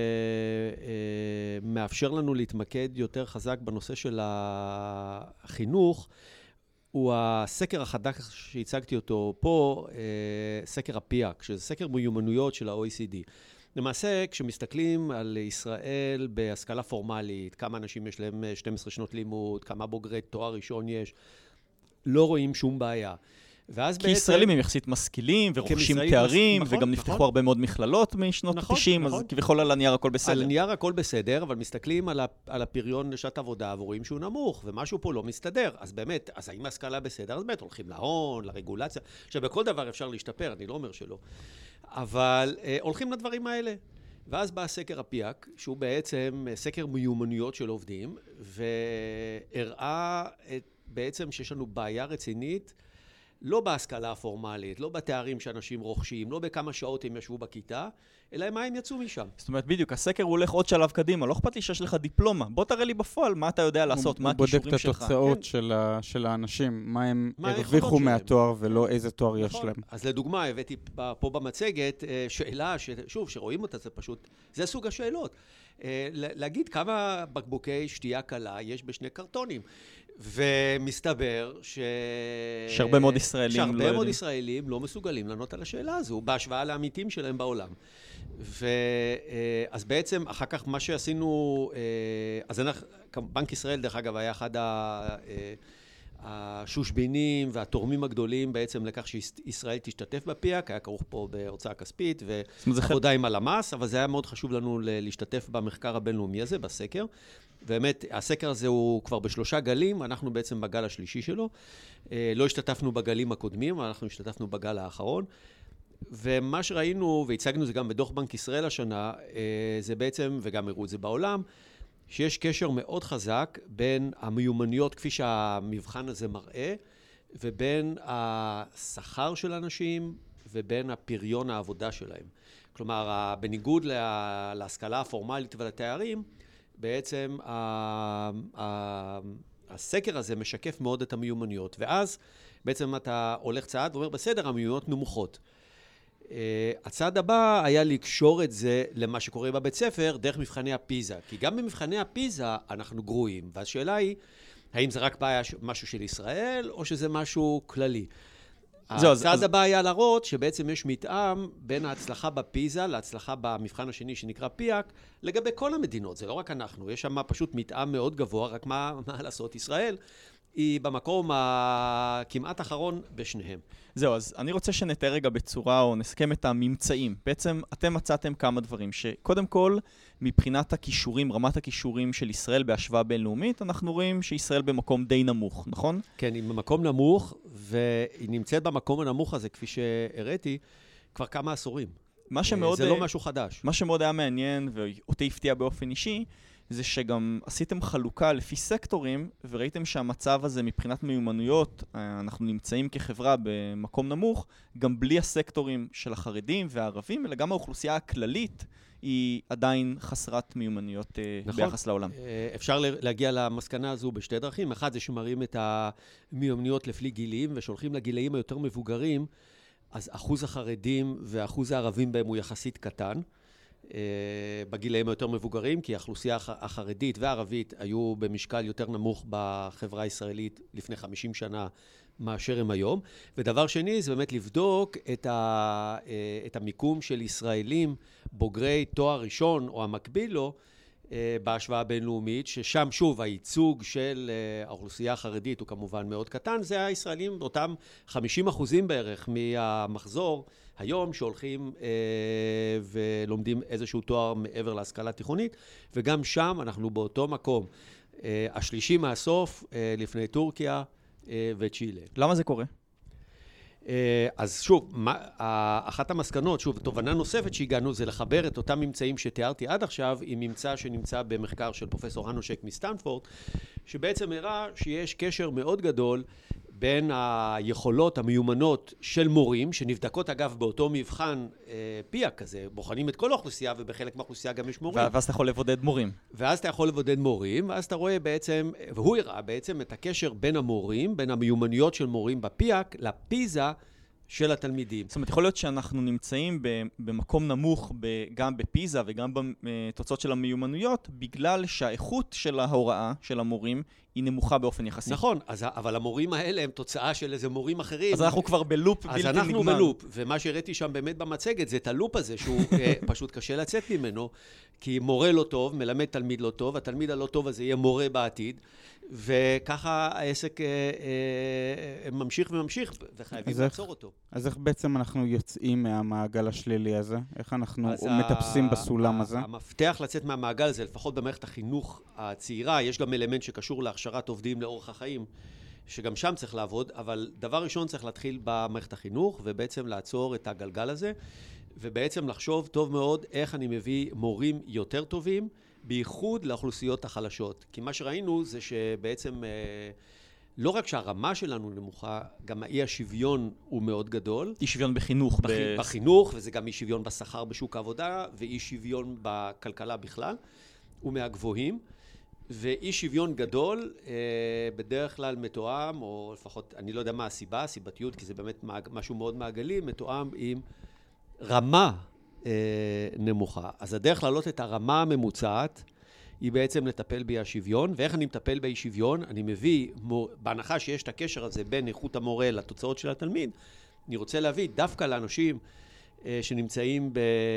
מאפשר לנו להתמקד יותר חזק בנושא של החינוך, הוא הסקר החדש שהצגתי אותו פה, סקר הפיאק, שזה סקר מיומנויות של ה-OECD. למעשה, כשמסתכלים על ישראל בהשכלה פורמלית, כמה אנשים יש להם 12 שנות לימוד, כמה בוגרי תואר ראשון יש, לא רואים שום בעיה. ואז כי ישראלים הם יחסית משכילים ורוכשים תארים, וגם נפתחו הרבה מאוד מכללות משנות ה-90, אז כביכול על הנייר הכל בסדר. על הנייר הכל בסדר, אבל מסתכלים על הפריון לשעת עבודה, ורואים שהוא נמוך, ומשהו פה לא מסתדר. אז באמת, אז האם ההשכלה בסדר? אז באמת הולכים להון, לרגולציה, שבכל דבר אפשר להשתפר, אני לא אומר שלא. אבל הולכים לדברים האלה. ואז בא סקר הפיאק, שהוא בעצם סקר מיומנויות של עובדים, והראה בעצם שיש לנו בעיה רצינית, לא בהשכלה הפורמלית, לא בתארים שאנשים רוכשים, לא בכמה שעות הם ישבו בכיתה, אלא מה הם יצאו משם. זאת אומרת, בדיוק, הסקר הולך עוד שלב קדימה, לא אכפת לי שיש לך דיפלומה, בוא תראה לי בפועל מה אתה יודע לעשות, מה הכישורים שלך. הוא בודק את התוצאות של האנשים, מה הם הרוויחו מהתואר ולא איזה תואר יש להם. אז לדוגמה, הבאתי פה במצגת שאלה, שוב, שרואים אותה, זה פשוט, זה סוג השאלות. להגיד כמה בקבוקי שתייה קלה יש בשני קרטונים. ומסתבר שהרבה מאוד ישראלים לא מסוגלים לענות על השאלה הזו, בהשוואה לעמיתים שלהם בעולם. אז בעצם אחר כך מה שעשינו, אז בנק ישראל דרך אגב היה אחד השושבינים והתורמים הגדולים בעצם לכך שישראל תשתתף בפיאק, היה כרוך פה בהוצאה כספית ועבודה עם הלמ"ס, אבל זה היה מאוד חשוב לנו להשתתף במחקר הבינלאומי הזה, בסקר. באמת, הסקר הזה הוא כבר ב3 גלים, אנחנו בעצם בגל השלישי שלו. לא השתתפנו בגלים הקודמים, אנחנו השתתפנו בגל האחרון. ומה שראינו, והצגנו זה גם בדוח בנק ישראל השנה, זה בעצם, וגם הראו את זה בעולם, שיש קשר מאוד חזק בין המיומנויות, כפי שהמבחן הזה מראה, ובין השכר של אנשים, ובין הפריון העבודה שלהם. כלומר, בניגוד להשכלה הפורמלית ולתארים, בעצם הסקר הזה משקף מאוד את המיומנויות, ואז בעצם אתה הולך צעד ואומר, בסדר, המיומנויות נמוכות. הצעד הבא היה לקשור את זה למה שקורה בבית ספר דרך מבחני הפיזה, כי גם במבחני הפיזה אנחנו גרועים, והשאלה היא, האם זה רק בעיה משהו של ישראל, או שזה משהו כללי? הצעד הבא היה להראות שבעצם יש מתאם בין ההצלחה בפיזה להצלחה במבחן השני שנקרא פיאק, לגבי כל המדינות, זה לא רק אנחנו, יש שם פשוט מתאם מאוד גבוה, רק מה לעשות, ישראל היא במקום הכמעט אחרון בשניהם. זהו, אז אני רוצה שנתאר רגע בצורה, או נסכם את הממצאים. בעצם אתם מצאתם כמה דברים, שקודם כל, מבחינת הכישורים, רמת הכישורים של ישראל בהשוואה בינלאומית, אנחנו רואים שישראל במקום די נמוך, נכון? כן, היא במקום נמוך, והיא נמצאת במקום הנמוך הזה, כפי שהראיתי, כבר כמה עשורים. זה לא משהו חדש. מה שמאוד היה מעניין, ואותי הפתיע באופן אישי, זה שגם עשיתם חלוקה לפי סקטורים, וראיתם שהמצב הזה מבחינת מיומנויות, אנחנו נמצאים כחברה במקום נמוך, גם בלי הסקטורים של החרדים והערבים, אלא גם האוכלוסייה הכללית היא עדיין חסרת מיומנויות ביחס לעולם. אפשר להגיע למסקנה הזו בשתי דרכים. אחד זה שמראים את המיומנויות לפי גילים, ושהולכים לגילאים היותר מבוגרים, אז אחוז החרדים ואחוז הערבים בהם הוא יחסית קטן. בגילאים היותר מבוגרים, כי האוכלוסייה החרדית והערבית היו במשקל יותר נמוך בחברה הישראלית לפני 50 שנה מאשר הם היום. ודבר שני, זה באמת לבדוק את המיקום של ישראלים בוגרי תואר ראשון או המקביל לו, בהשוואה בינלאומית, ששם שוב הייצוג של האוכלוסייה החרדית הוא כמובן מאוד קטן, זה הישראלים, אותם 50% בערך מהמחזור היום שהולכים ולומדים איזשהו תואר מעבר להשכלה תיכונית, וגם שם אנחנו באותו מקום, השלישי מהסוף לפני טורקיה וצ'ילה. למה זה קורה? אז שוב, אחת המסקנות, שוב, תובנה נוספת שהגענו זה לחבר את אותם ממצאים שתיארתי עד עכשיו עם ממצא שנמצא במחקר של פרופסור אנושק מסטנפורד, שבעצם הראה שיש קשר מאוד גדול בין היכולות המיומנות של מורים, שנבדקות אגב באותו מבחן פיאק כזה, בוחנים את כל האוכלוסייה, ובחלק מהאוכלוסייה גם יש מורים. ואז אתה יכול לבודד מורים. ואז אתה יכול לבודד מורים, ואז אתה רואה בעצם, והוא הראה בעצם את הקשר בין המורים, בין המיומנויות של מורים בפיאק, לפיזה של התלמידים. זאת אומרת, יכול להיות שאנחנו נמצאים במקום נמוך גם בפיזה וגם בתוצאות של המיומנויות, בגלל שהאיכות של ההוראה של המורים היא נמוכה באופן יחסי. נכון, אבל המורים האלה הם תוצאה של איזה מורים אחרים. אז אנחנו כבר בלופ בלתי נגמר. אז אנחנו בלופ, ומה שהראיתי שם באמת במצגת, זה את הלופ הזה, שהוא פשוט קשה לצאת ממנו, כי מורה לא טוב, מלמד תלמיד לא טוב, התלמיד הלא טוב הזה יהיה מורה בעתיד, וככה העסק ממשיך וממשיך, וחייבים לעצור אותו. אז איך בעצם אנחנו יוצאים מהמעגל השלילי הזה? איך אנחנו מטפסים בסולם הזה? המפתח לצאת מהמעגל הזה, לפחות במערכת החינוך הצעירה, יש גם אלמנט שקשור להכשרת עובדים לאורך החיים, שגם שם צריך לעבוד, אבל דבר ראשון צריך להתחיל במערכת החינוך, ובעצם לעצור את הגלגל הזה, ובעצם לחשוב טוב מאוד איך אני מביא מורים יותר טובים, בייחוד לאוכלוסיות החלשות. כי מה שראינו זה שבעצם לא רק שהרמה שלנו נמוכה, גם האי השוויון הוא מאוד גדול. אי שוויון בחינוך. בחינוך, וזה גם אי שוויון בשכר בשוק העבודה, ואי שוויון בכלכלה בכלל, הוא מהגבוהים. ואי שוויון גדול, בדרך כלל מתואם, או לפחות, אני לא יודע מה הסיבה, הסיבתיות, כי זה באמת משהו מאוד מעגלי, מתואם עם רמה נמוכה. אז הדרך להעלות את הרמה הממוצעת, היא בעצם לטפל באי השוויון, ואיך אני מטפל באי שוויון? אני מביא, בהנחה שיש את הקשר הזה בין איכות המורה לתוצאות של התלמיד, אני רוצה להביא דווקא לאנשים שנמצאים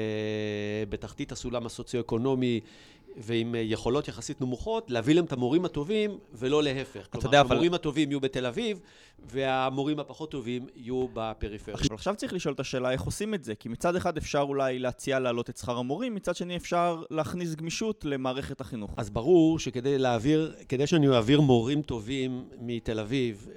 בתחתית הסולם הסוציו-אקונומי, ועם יכולות יחסית נמוכות, להביא להם את המורים הטובים, ולא להפך. כלומר, המורים הטובים יהיו בתל אביב, והמורים הפחות טובים יהיו בפריפריה. עכשיו צריך לשאול את השאלה, איך עושים את זה? כי מצד אחד אפשר אולי להציע להעלות את שכר המורים, מצד שני אפשר להכניס גמישות למערכת החינוך. אז ברור כדי שאני אעביר מורים טובים מתל אביב,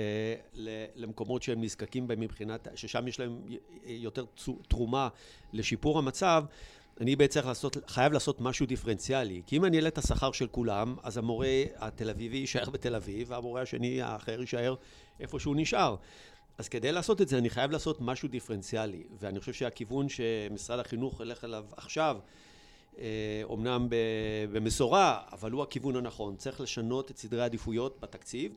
למקומות שהם נזקקים בהם מבחינת, ששם יש להם יותר תרומה לשיפור המצב, אני בעצם חייב לעשות משהו דיפרנציאלי, כי אם אני אעלה את השכר של כולם, אז המורה התל אביבי יישאר בתל אביב, והמורה השני האחר יישאר איפה שהוא נשאר. אז כדי לעשות את זה, אני חייב לעשות משהו דיפרנציאלי, ואני חושב שהכיוון שמשרד החינוך הולך אליו עכשיו, אומנם במסורה, אבל הוא הכיוון הנכון. צריך לשנות את סדרי העדיפויות בתקציב,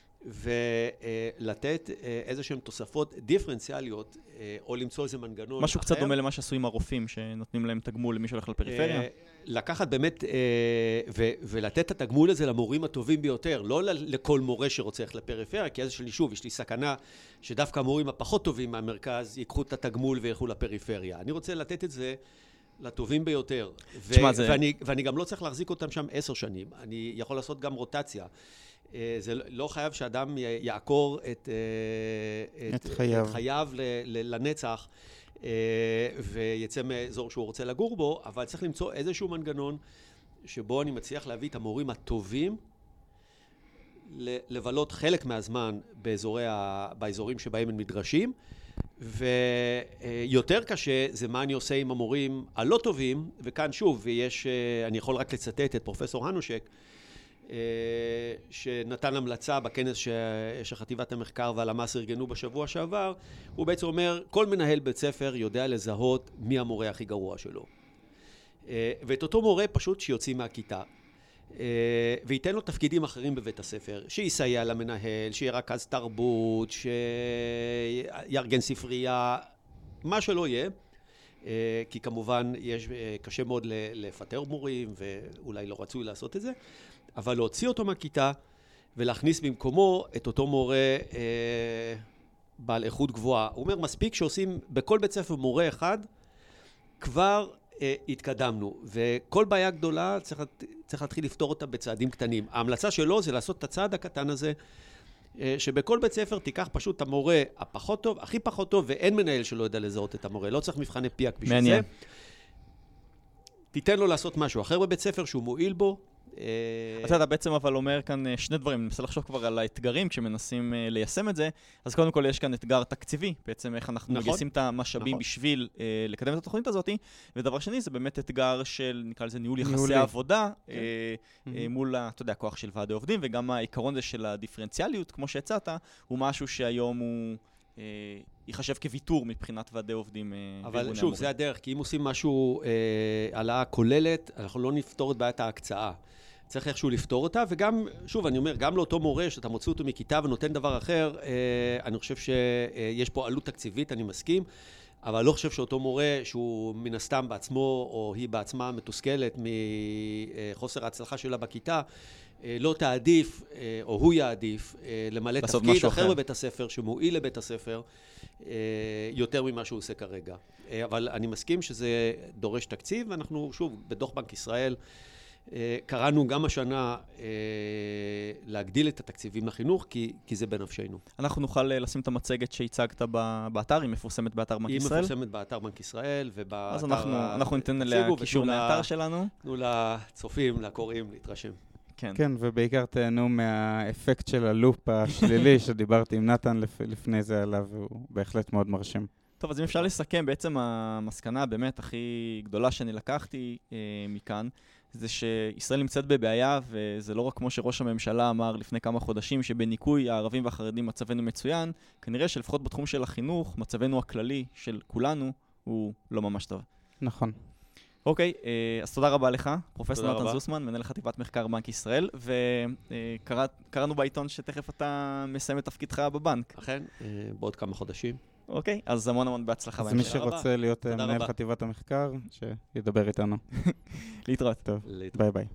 ולתת איזשהם תוספות דיפרנציאליות, או למצוא איזה מנגנון משהו קצת דומה למה שעשו עם הרופאים, שנותנים להם תגמול למי שהולך לפריפריה. לקחת באמת, ולתת את התגמול הזה למורים הטובים ביותר, לא לכל מורה שרוצה ללכת לפריפריה, כי איזשהו שוב, יש לי סכנה שדווקא המורים הפחות טובים מהמרכז ייקחו את התגמול וילכו לפריפריה. אני רוצה לתת את זה לטובים ביותר, ואני גם לא צריך להחזיק אותם שם 10 שנים, אני יכול לעשות גם רוטציה. זה לא חייב שאדם יעקור את חייו לנצח ויצא מאזור שהוא רוצה לגור בו, אבל צריך למצוא איזשהו מנגנון שבו אני מצליח להביא את המורים הטובים לבלות חלק מהזמן באזורים שבהם הם נדרשים, ויותר קשה זה מה אני עושה עם המורים הלא טובים, וכאן שוב, אני יכול רק לצטט את פרופסור הנושק, שנתן המלצה בכנס שחטיבת המחקר והלמ"ס ארגנו בשבוע שעבר, הוא בעצם אומר, כל מנהל בית ספר יודע לזהות מי המורה הכי גרוע שלו. ואת אותו מורה פשוט שיוציא מהכיתה, וייתן לו תפקידים אחרים בבית הספר, שיסייע למנהל, שירכז תרבות, שיארגן ספרייה, מה שלא יהיה, כי כמובן קשה מאוד לפטר מורים, ואולי לא רצוי לעשות את זה, אבל להוציא אותו מהכיתה ולהכניס במקומו את אותו מורה בעל איכות גבוהה. הוא אומר, מספיק שעושים בכל בית ספר מורה אחד, כבר התקדמנו, וכל בעיה גדולה צריך להתחיל לפתור אותה בצעדים קטנים. ההמלצה שלו זה לעשות את הצעד הקטן הזה, שבכל בית ספר תיקח פשוט את המורה הפחות טוב, הכי פחות טוב, ואין מנהל שלא יודע לזהות את המורה, לא צריך מבחני פיאק בשביל זה. תיתן לו לעשות משהו אחר בבית ספר שהוא מועיל בו, אתה בעצם אבל אומר כאן שני דברים, אני מנסה לחשוב כבר על האתגרים כשמנסים ליישם את זה, אז קודם כל יש כאן אתגר תקציבי, בעצם איך אנחנו מגייסים את המשאבים בשביל לקדם את התוכנית הזאת, ודבר שני זה באמת אתגר של, נקרא לזה ניהול יחסי עבודה, מול, אתה יודע, כוח של ועדי עובדים, וגם העיקרון הזה של הדיפרנציאליות, כמו שהצעת, הוא משהו שהיום הוא ייחשב כוויתור מבחינת ועדי עובדים. אבל שוב, זה הדרך, כי אם עושים משהו העלאה כוללת, אנחנו לא נפתור את בעיית ההקצאה. צריך איכשהו לפתור אותה, וגם, שוב, אני אומר, גם לאותו מורה שאתה מוציא אותו מכיתה ונותן דבר אחר, אני חושב שיש פה עלות תקציבית, אני מסכים, אבל לא חושב שאותו מורה שהוא מן הסתם בעצמו, או היא בעצמה מתוסכלת מחוסר ההצלחה שלה בכיתה, לא תעדיף, או הוא יעדיף, למלא תפקיד אחר בבית הספר, שמועיל לבית הספר, יותר ממה שהוא עושה כרגע. אבל אני מסכים שזה דורש תקציב, ואנחנו, שוב, בדוח בנק ישראל, קראנו גם השנה להגדיל את התקציבים לחינוך, כי זה בנפשנו. אנחנו נוכל לשים את המצגת שהצגת באתר, היא מפורסמת באתר בנק ישראל? היא מפורסמת באתר בנק ישראל, ובאתר... אז אנחנו ניתן עליה קישור מהאתר שלנו. תנו לצופים, לקוראים, להתרשם. כן, ובעיקר תהנו מהאפקט של הלופ השלילי שדיברתי עם נתן לפני זה עליו, הוא בהחלט מאוד מרשים. טוב, אז אם אפשר לסכם, בעצם המסקנה באמת הכי גדולה שאני לקחתי מכאן, זה שישראל נמצאת בבעיה, וזה לא רק כמו שראש הממשלה אמר לפני כמה חודשים, שבניקוי הערבים והחרדים מצבנו מצוין, כנראה שלפחות בתחום של החינוך, מצבנו הכללי של כולנו הוא לא ממש טוב. נכון. אוקיי, אז תודה רבה לך, פרופסור נתן זוסמן, מנהל חטיבת מחקר בנק ישראל, וקראנו בעיתון שתכף אתה מסיים את תפקידך בבנק. אכן, בעוד כמה חודשים. אוקיי, אז המון בהצלחה. אז מי שרוצה להיות מנהל חטיבת המחקר, שידבר איתנו. להתראות. טוב, ביי ביי.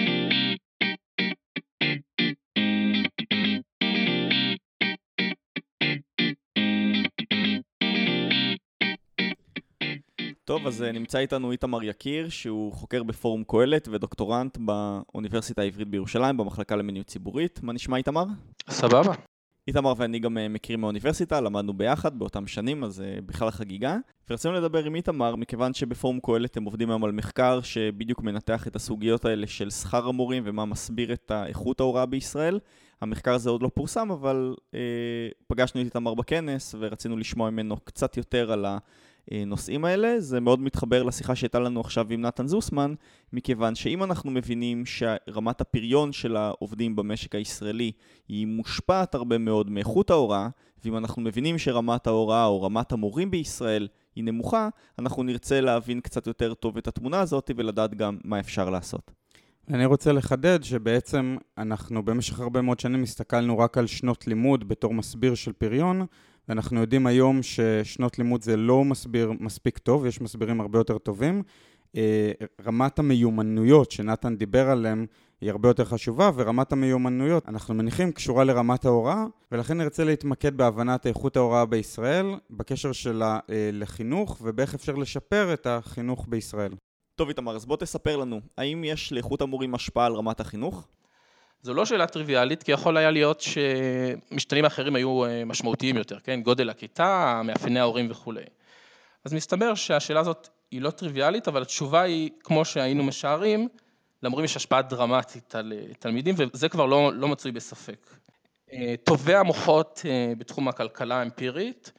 טוב, אז נמצא איתנו איתמר יקיר, שהוא חוקר בפורום קהלת ודוקטורנט באוניברסיטה העברית בירושלים, במחלקה למדיניות ציבורית. מה נשמע איתמר? סבבה. איתמר ואני גם מכירים מהאוניברסיטה, למדנו ביחד באותם שנים, אז בכלל חגיגה. ורצינו לדבר עם איתמר, מכיוון שבפורום קהלת הם עובדים היום על מחקר שבדיוק מנתח את הסוגיות האלה של שכר המורים ומה מסביר את איכות ההוראה בישראל. המחקר הזה עוד לא פורסם, אבל פגשנו את איתמר בכנס ורצינו לשמוע ממנו קצת יותר על הנושאים האלה. זה מאוד מתחבר לשיחה שהייתה לנו עכשיו עם נתן זוסמן, מכיוון שאם אנחנו מבינים שרמת הפריון של העובדים במשק הישראלי היא מושפעת הרבה מאוד מאיכות ההוראה, ואם אנחנו מבינים שרמת ההוראה או רמת המורים בישראל היא נמוכה, אנחנו נרצה להבין קצת יותר טוב את התמונה הזאת ולדעת גם מה אפשר לעשות. אני רוצה לחדד שבעצם אנחנו במשך הרבה מאוד שנים הסתכלנו רק על שנות לימוד בתור מסביר של פריון, ואנחנו יודעים היום ששנות לימוד זה לא מסביר מספיק טוב, יש מסבירים הרבה יותר טובים. רמת המיומנויות שנתן דיבר עליהם היא הרבה יותר חשובה, ורמת המיומנויות אנחנו מניחים קשורה לרמת ההוראה, ולכן נרצה להתמקד בהבנת איכות ההוראה בישראל, בקשר שלה לחינוך, ובאיך אפשר לשפר את החינוך בישראל. טוב איתמר, אז בוא תספר לנו, האם יש לאיכות המורים השפעה על רמת החינוך? זו לא שאלה טריוויאלית, כי יכול היה להיות שמשתנים אחרים היו משמעותיים יותר, כן? גודל הכיתה, מאפייני ההורים וכו'. אז מסתבר שהשאלה הזאת היא לא טריוויאלית, אבל התשובה היא, כמו שהיינו משערים, למורים יש השפעה דרמטית על תלמידים, וזה כבר לא מצוי בספק. טובי המוחות בתחום הכלכלה האמפירית,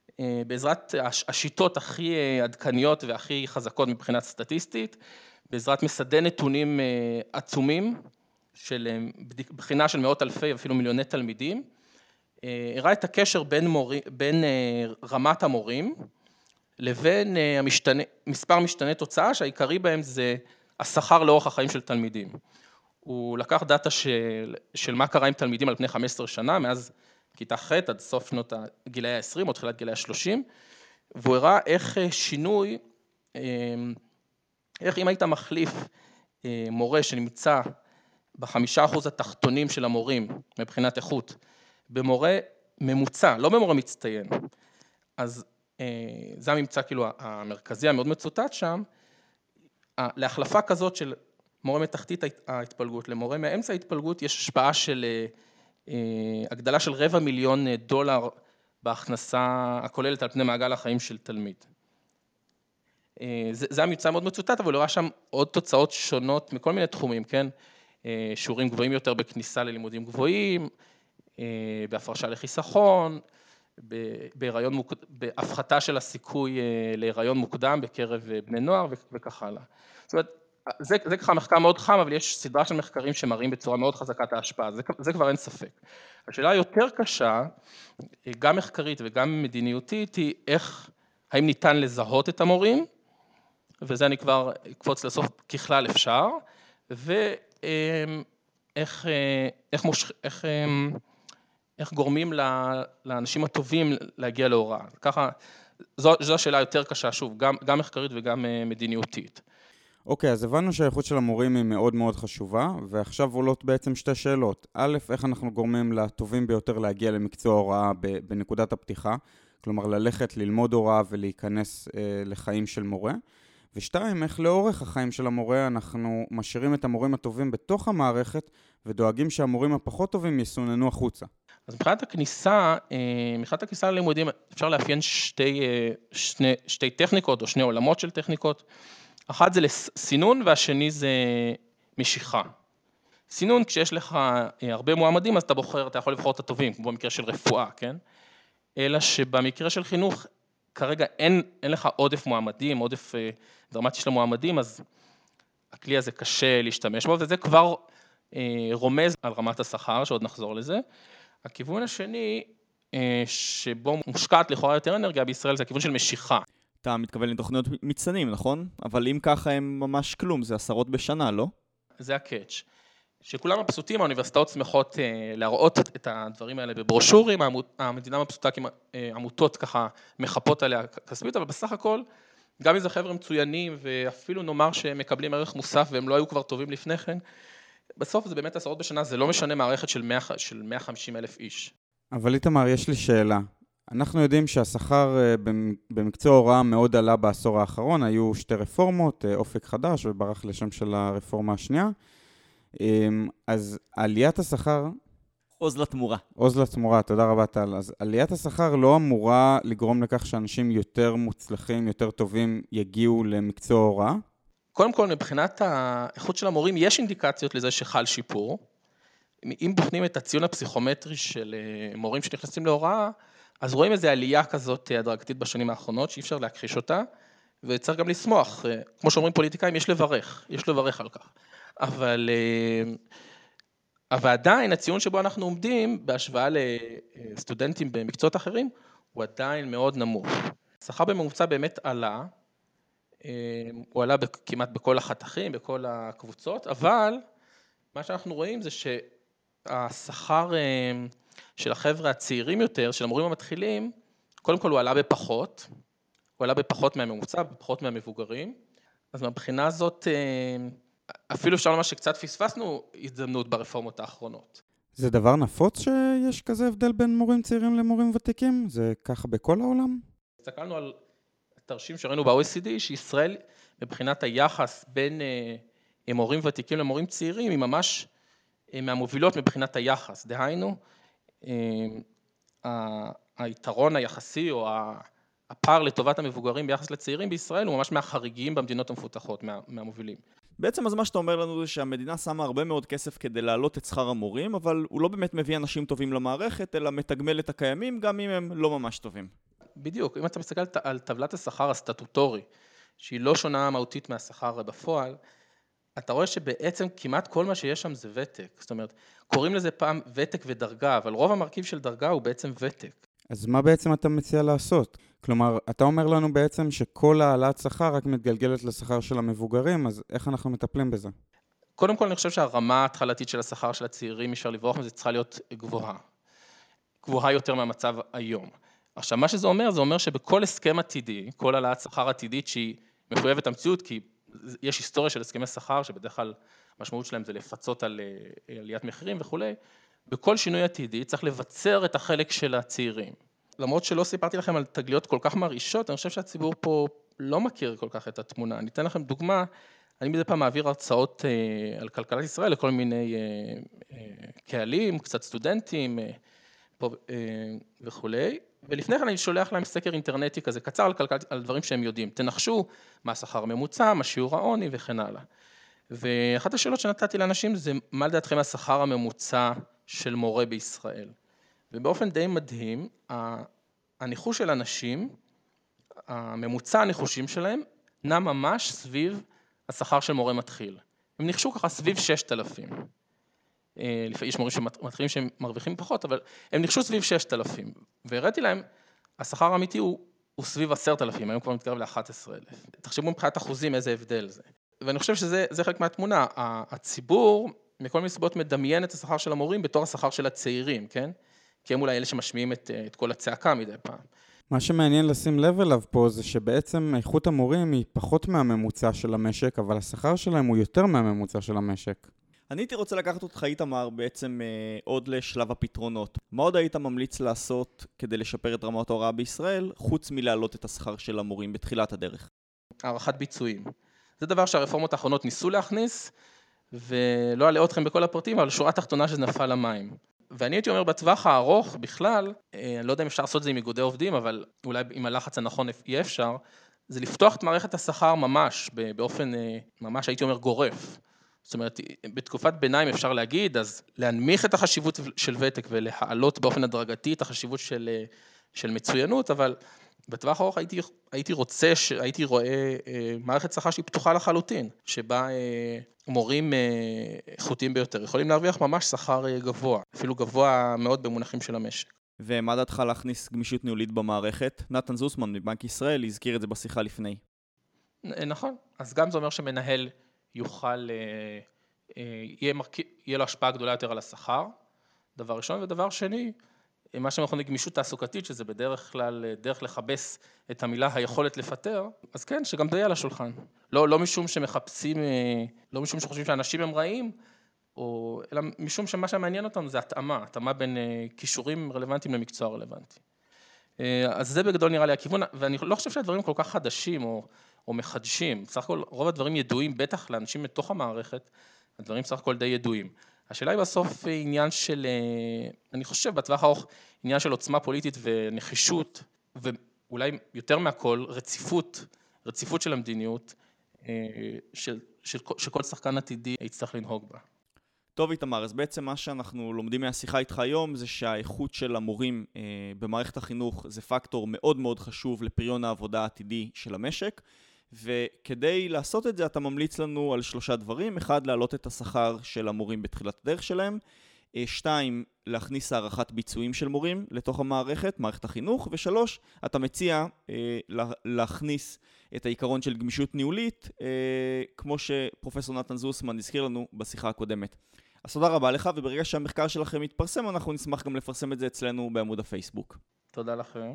בעזרת השיטות הכי עדכניות והכי חזקות מבחינת סטטיסטית, בעזרת מסדי נתונים עצומים, של בחינה של מאות אלפי, אפילו מיליוני תלמידים, הראה את הקשר בין רמת המורים לבין מספר משתני תוצאה, שהעיקרי בהם זה השכר לאורך החיים של תלמידים. הוא לקח דאטה של מה קרה עם תלמידים על פני 15 שנה, מאז כיתה ח' עד סוף שנות גילאי ה-20 או תחילת גילאי ה-30, והוא הראה איך שינוי, איך אם היית מחליף מורה שנמצא ב5% התחתונים של המורים מבחינת איכות, במורה ממוצע, לא במורה מצטיין, אז זה הממצא כאילו המרכזי המאוד מצוטט שם, להחלפה כזאת של מורה מתחתית ההתפלגות למורה מאמצע ההתפלגות, יש השפעה של הגדלה של $250,000 בהכנסה הכוללת על פני מעגל החיים של תלמיד. זה הממצא מאוד מצוטט, אבל הוא ראה שם עוד תוצאות שונות מכל מיני תחומים, כן? שיעורים גבוהים יותר בכניסה ללימודים גבוהים, בהפרשה לחיסכון, בהפחתה של הסיכוי להיריון מוקדם בקרב בני נוער וכך הלאה. זאת אומרת, זה ככה מחקר מאוד חם, אבל יש סדרה של מחקרים שמראים בצורה מאוד חזקה את ההשפעה, זה כבר אין ספק. השאלה היותר קשה, גם מחקרית וגם מדיניותית, היא האם ניתן לזהות את המורים, וזה אני כבר אקפוץ לסוף, ככלל אפשר, איך גורמים לאנשים הטובים להגיע להוראה. ככה, זו השאלה היותר קשה, שוב, גם מחקרית וגם מדיניותית. אוקיי, אז הבנו שהאיכות של המורים היא מאוד מאוד חשובה, ועכשיו עולות בעצם שתי שאלות. א', איך אנחנו גורמים לטובים ביותר להגיע למקצוע הוראה בנקודת הפתיחה, כלומר ללכת, ללמוד הוראה ולהיכנס לחיים של מורה. ושתיים, איך לאורך החיים של המורה אנחנו משאירים את המורים הטובים בתוך המערכת, ודואגים שהמורים הפחות טובים יסוננו החוצה. אז מבחינת הכניסה ללימודים אפשר לאפיין שתי טכניקות או שני עולמות של טכניקות. אחת זה סינון והשני זה משיכה. סינון, כשיש לך הרבה מועמדים, אז אתה יכול לבחור את הטובים, כמו במקרה של רפואה, כן? אלא שבמקרה של חינוך, כרגע אין לך עודף מועמדים, עודף דרמטי של המועמדים, אז הכלי הזה קשה להשתמש בו, וזה כבר רומז על רמת השכר, שעוד נחזור לזה. הכיוון השני, שבו מושקעת לכאורה יותר אנרגיה בישראל, זה הכיוון של משיכה. אתה מתכוון לתוכניות מצטיינים, נכון? אבל אם ככה הם ממש כלום, זה עשרות בשנה, לא? זה הקאץ'. שכולם מבסוטים, האוניברסיטאות שמחות להראות את הדברים האלה בברושורים, המדינה מבסוטה עמותות ככה מחפות עליה כספית, אבל בסך הכל, גם אם זה חבר'ה מצוינים, ואפילו נאמר שהם מקבלים ערך מוסף, והם לא היו כבר טובים לפני כן, בסוף זה באמת עשרות בשנה, זה לא משנה מערכת של 150,000 איש. אבל איתמר, יש לי שאלה. אנחנו יודעים שהשכר במקצוע הוראה מאוד עלה בעשור האחרון, היו שתי רפורמות, אופק חדש וברח לשם של הרפורמה השנייה. אז עליית השכר... עוז לתמורה. עוז לתמורה, תודה רבה טל. אז עליית השכר לא אמורה לגרום לכך שאנשים יותר מוצלחים, יותר טובים, יגיעו למקצוע הוראה? קודם כל, מבחינת האיכות של המורים, יש אינדיקציות לזה שחל שיפור. אם בוחנים את הציון הפסיכומטרי של מורים שנכנסים להוראה, אז רואים איזו עלייה כזאת הדרגתית בשנים האחרונות, שאי אפשר להכחיש אותה, וצריך גם לשמוח. כמו שאומרים פוליטיקאים, יש לברך על כך. אבל עדיין, הציון שבו אנחנו עומדים, בהשוואה לסטודנטים במקצועות אחרים, הוא עדיין מאוד נמוך. השכר בממוצע באמת עלה, הוא עלה כמעט בכל החתכים, בכל הקבוצות, אבל מה שאנחנו רואים זה שהשכר של החבר'ה הצעירים יותר, של המורים המתחילים, קודם כל הוא עלה בפחות מהממוצע, בפחות מהמבוגרים, אז מהבחינה הזאת, אפילו אפשר לומר שקצת פספסנו הזדמנות ברפורמות האחרונות. זה דבר נפוץ שיש כזה הבדל בין מורים צעירים למורים ותיקים? זה ככה בכל העולם? הסתכלנו על תרשים שראינו ב-OECD, שישראל מבחינת היחס בין מורים ותיקים למורים צעירים, היא ממש מהמובילות מבחינת היחס. דהיינו, היתרון היחסי או הפער לטובת המבוגרים ביחס לצעירים בישראל הוא ממש מהחריגים במדינות המפותחות, מהמובילים. בעצם אז מה שאתה אומר לנו זה שהמדינה שמה הרבה מאוד כסף כדי להעלות את שכר המורים, אבל הוא לא באמת מביא אנשים טובים למערכת, אלא מתגמל את הקיימים גם אם הם לא ממש טובים. בדיוק, אם אתה מסתכל על טבלת השכר הסטטוטורי, שהיא לא שונה מהותית מהשכר בפועל, אתה רואה שבעצם כמעט כל מה שיש שם זה ותק. זאת אומרת, קוראים לזה פעם ותק ודרגה, אבל רוב המרכיב של דרגה הוא בעצם ותק. אז מה בעצם אתה מציע לעשות? כלומר, אתה אומר לנו בעצם שכל העלאת שכר רק מתגלגלת לשכר של המבוגרים, אז איך אנחנו מטפלים בזה? קודם כל, אני חושב שהרמה ההתחלתית של השכר של הצעירים, אפשר לברוח מזה, צריכה להיות גבוהה. גבוהה יותר מהמצב היום. עכשיו, מה שזה אומר, זה אומר שבכל הסכם עתידי, כל העלאת שכר עתידית שהיא מחויבת המציאות, כי יש היסטוריה של הסכמי שכר, שבדרך כלל המשמעות שלהם זה לפצות על עליית מחירים וכו'. בכל שינוי עתידי צריך לבצר את החלק של הצעירים. למרות שלא סיפרתי לכם על תגליות כל כך מרעישות, אני חושב שהציבור פה לא מכיר כל כך את התמונה. אני אתן לכם דוגמה, אני מדי פעם מעביר הרצאות על כלכלת ישראל לכל מיני קהלים, קצת סטודנטים וכו'. ולפני כן אני שולח להם סקר אינטרנטי כזה, קצר על דברים שהם יודעים. תנחשו מה השכר הממוצע, מה שיעור העוני וכן הלאה. ואחת השאלות שנתתי לאנשים זה, מה לדעתכם השכר הממוצע של מורה בישראל? ובאופן די מדהים, הניחוש של אנשים, הממוצע הניחושים שלהם, נע ממש סביב השכר של מורה מתחיל. הם ניחשו ככה סביב 6,000. יש מורים שמתחילים שהם מרוויחים פחות, אבל הם ניחשו סביב 6,000. והראיתי להם, השכר האמיתי הוא סביב 10,000, היום כבר מתקרב ל-11,000. תחשבו מבחינת אחוזים איזה הבדל זה. ואני חושב שזה חלק מהתמונה. הציבור, מכל מיני סיבות, מדמיין את השכר של המורים בתור השכר של הצעירים, כן? כי הם אולי אלה שמשמיעים את כל הצעקה מדי פעם. מה שמעניין לשים לב אליו פה זה שבעצם איכות המורים היא פחות מהממוצע של המשק, אבל השכר שלהם הוא יותר מהממוצע של המשק. אני הייתי רוצה לקחת אותך, איתמר, בעצם עוד לשלב הפתרונות. מה עוד היית ממליץ לעשות כדי לשפר את רמת ההוראה בישראל, חוץ מלהעלות את השכר של המורים בתחילת הדרך? הערכת ביצועים. זה דבר שהרפורמות האחרונות ניסו להכניס, ולא אעלה אתכם בכל הפרטים, אבל שורה תחתונה שזה נפל למים. ואני הייתי אומר, בטווח הארוך בכלל, אני לא יודע אם אפשר לעשות את זה עם איגודי עובדים, אבל אולי עם הלחץ הנכון יהיה אפשר, זה לפתוח את מערכת השכר ממש, באופן ממש הייתי אומר גורף. זאת אומרת, בתקופת ביניים אפשר להגיד, אז להנמיך את החשיבות של ותק ולהעלות באופן הדרגתי את החשיבות של מצוינות, אבל בטווח הארוך הייתי רואה מערכת שכר שהיא פתוחה לחלוטין, שבה מורים איכותיים ביותר יכולים להרוויח ממש שכר גבוה, אפילו גבוה מאוד במונחים של המשק. ומה דעתך להכניס גמישות ניהולית במערכת? נתן זוסמן מבנק ישראל הזכיר את זה בשיחה לפני. נכון, אז גם זה אומר שמנהל יוכל, יהיה לו השפעה גדולה יותר על השכר, דבר ראשון, ודבר שני, מה שמכונה גמישות תעסוקתית, שזה בדרך כלל דרך לחבש את המילה היכולת לפטר, אז כן, שגם זה יהיה על השולחן. לא משום שמחפשים, לא משום שחושבים שאנשים הם רעים, אלא משום שמה שמעניין אותנו זה התאמה בין כישורים רלוונטיים למקצוע רלוונטי. אז זה בגדול נראה לי הכיוון, ואני לא חושב שהדברים כל כך חדשים או מחדשים. בסך הכל רוב הדברים ידועים, בטח לאנשים מתוך המערכת, הדברים בסך הכל די ידועים. השאלה היא בסוף עניין של, אני חושב בטווח הארוך, עניין של עוצמה פוליטית ונחישות, ואולי יותר מהכל רציפות של המדיניות, שכל שחקן עתידי יצטרך לנהוג בה. טוב, איתמר, אז בעצם מה שאנחנו לומדים מהשיחה איתך היום זה שהאיכות של המורים במערכת החינוך זה פקטור מאוד מאוד חשוב לפריון העבודה העתידי של המשק, וכדי לעשות את זה אתה ממליץ לנו על 3 דברים. 1, להעלות את השכר של המורים בתחילת הדרך שלהם. 2, להכניס הערכת ביצועים של מורים לתוך המערכת, מערכת החינוך. ו3, אתה מציע להכניס את העיקרון של גמישות ניהולית, כמו שפרופסור נתן זוסמן הזכיר לנו בשיחה הקודמת. אז תודה רבה לך, וברגע שהמחקר שלכם יתפרסם, אנחנו נשמח גם לפרסם את זה אצלנו בעמוד הפייסבוק. תודה לכם.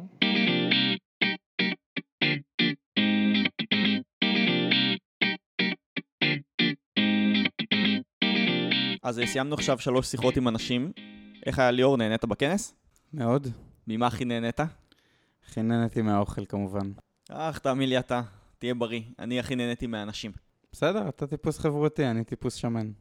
אז סיימנו עכשיו 3 שיחות עם אנשים. איך היה ליאור? נהנית בכנס? מאוד. ממה הכי נהנית? הכי נהניתי מהאוכל כמובן. תאמין לי אתה, תהיה בריא. אני הכי נהניתי מהאנשים. בסדר, אתה טיפוס חברותי, אני טיפוס שמן.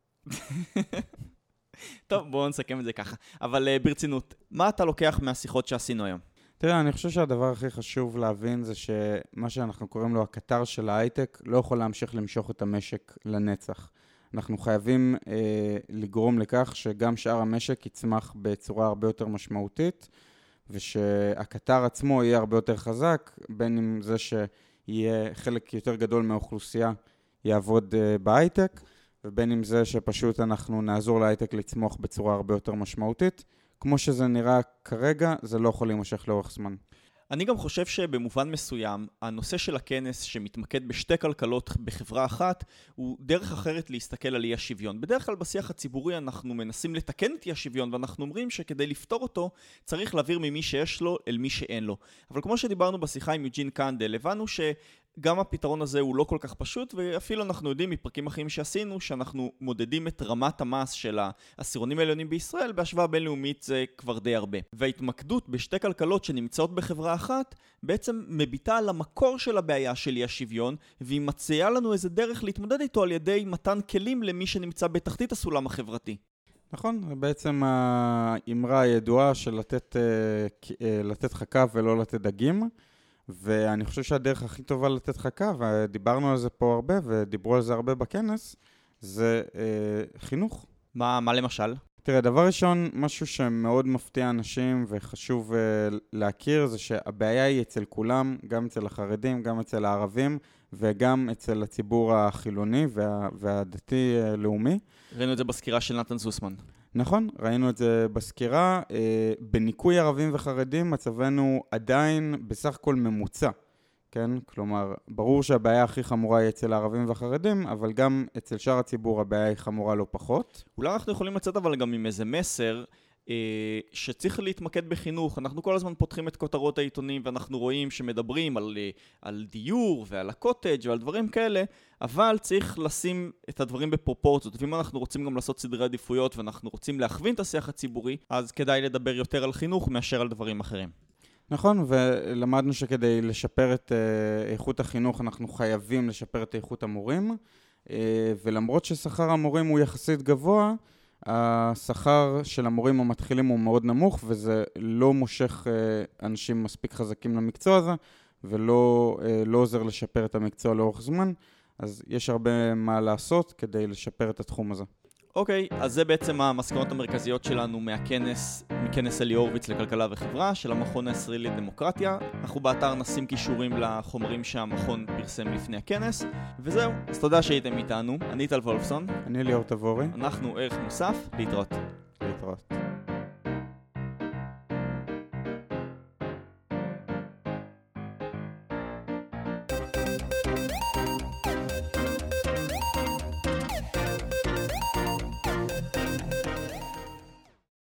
טוב, בואו נסכם את זה ככה. אבל ברצינות, מה אתה לוקח מהשיחות שעשינו היום? תראה, אני חושב שהדבר הכי חשוב להבין זה שמה שאנחנו קוראים לו הקטר של ההייטק לא יכול להמשיך למשוך את המשק לנצח. אנחנו חייבים לגרום לכך שגם שאר המשק יצמח בצורה הרבה יותר משמעותית, ושהקטר עצמו יהיה הרבה יותר חזק, בין אם זה שיהיה חלק יותר גדול מהאוכלוסייה יעבוד בהייטק, ובין אם זה שפשוט אנחנו נעזור להייטק לצמוח בצורה הרבה יותר משמעותית. כמו שזה נראה כרגע, זה לא יכול להימשך לאורך זמן. אני גם חושב שבמובן מסוים, הנושא של הכנס שמתמקד בשתי כלכלות בחברה אחת, הוא דרך אחרת להסתכל על אי השוויון. בדרך כלל בשיח הציבורי אנחנו מנסים לתקן את אי השוויון, ואנחנו אומרים שכדי לפתור אותו, צריך להעביר ממי שיש לו אל מי שאין לו. אבל כמו שדיברנו בשיחה עם יוג'ין קנדל, הבנו שגם הפתרון הזה הוא לא כל כך פשוט, ואפילו אנחנו יודעים מפרקים אחרים שעשינו, שאנחנו מודדים את רמת המס של העשירונים העליונים בישראל, בהשוואה בינלאומית זה כבר די הרבה. וההתמקדות בשתי כלכלות שנמצאות בחברה אחת, בעצם מביטה על המקור של הבעיה של אי השוויון, והיא מציעה לנו איזה דרך להתמודד איתו על ידי מתן כלים למי שנמצא בתחתית הסולם החברתי. נכון, בעצם האמרה הידועה של לתת חכה ולא לתת דגים. ואני חושב שהדרך הכי טובה לתת חכה, ודיברנו על זה פה הרבה, ודיברו על זה הרבה בכנס, זה חינוך. מה למשל? תראה, דבר ראשון, משהו שמאוד מפתיע אנשים וחשוב להכיר, זה שהבעיה היא אצל כולם, גם אצל החרדים, גם אצל הערבים, וגם אצל הציבור החילוני והדתי-לאומי. ראינו את זה בסקירה של נתן זוסמן. נכון, ראינו את זה בסקירה. בניקוי ערבים וחרדים מצבנו עדיין בסך הכל ממוצע. כן? כלומר, ברור שהבעיה הכי חמורה היא אצל הערבים והחרדים, אבל גם אצל שאר הציבור הבעיה היא חמורה לא פחות. אולי אנחנו יכולים לצאת אבל גם עם איזה מסר שצריך להתמקד בחינוך. אנחנו כל הזמן פותחים את כותרות העיתונים ואנחנו רואים שמדברים על דיור ועל הקוטג' ועל דברים כאלה, אבל צריך לשים את הדברים בפרופורציות. ואם אנחנו רוצים גם לעשות סדרי עדיפויות ואנחנו רוצים להכווין את השיח הציבורי, אז כדאי לדבר יותר על חינוך מאשר על דברים אחרים. נכון, ולמדנו שכדי לשפר את איכות החינוך אנחנו חייבים לשפר את איכות המורים, ולמרות ששכר המורים הוא יחסית גבוה, השכר של המורים המתחילים הוא מאוד נמוך, וזה לא מושך אנשים מספיק חזקים למקצוע הזה, ולא עוזר לשפר את המקצוע לאורך זמן, אז יש הרבה מה לעשות כדי לשפר את התחום הזה. אוקיי, אז זה בעצם המסקנות המרכזיות שלנו מכנס אלי הורוביץ לכלכלה וחברה של המכון הישראלי לדמוקרטיה. אנחנו באתר נשים קישורים לחומרים שהמכון פרסם לפני הכנס, וזהו, אז תודה שהייתם איתנו. אני טל וולפסון. אני ליאור תבורי. אנחנו ערך מוסף, להתראות.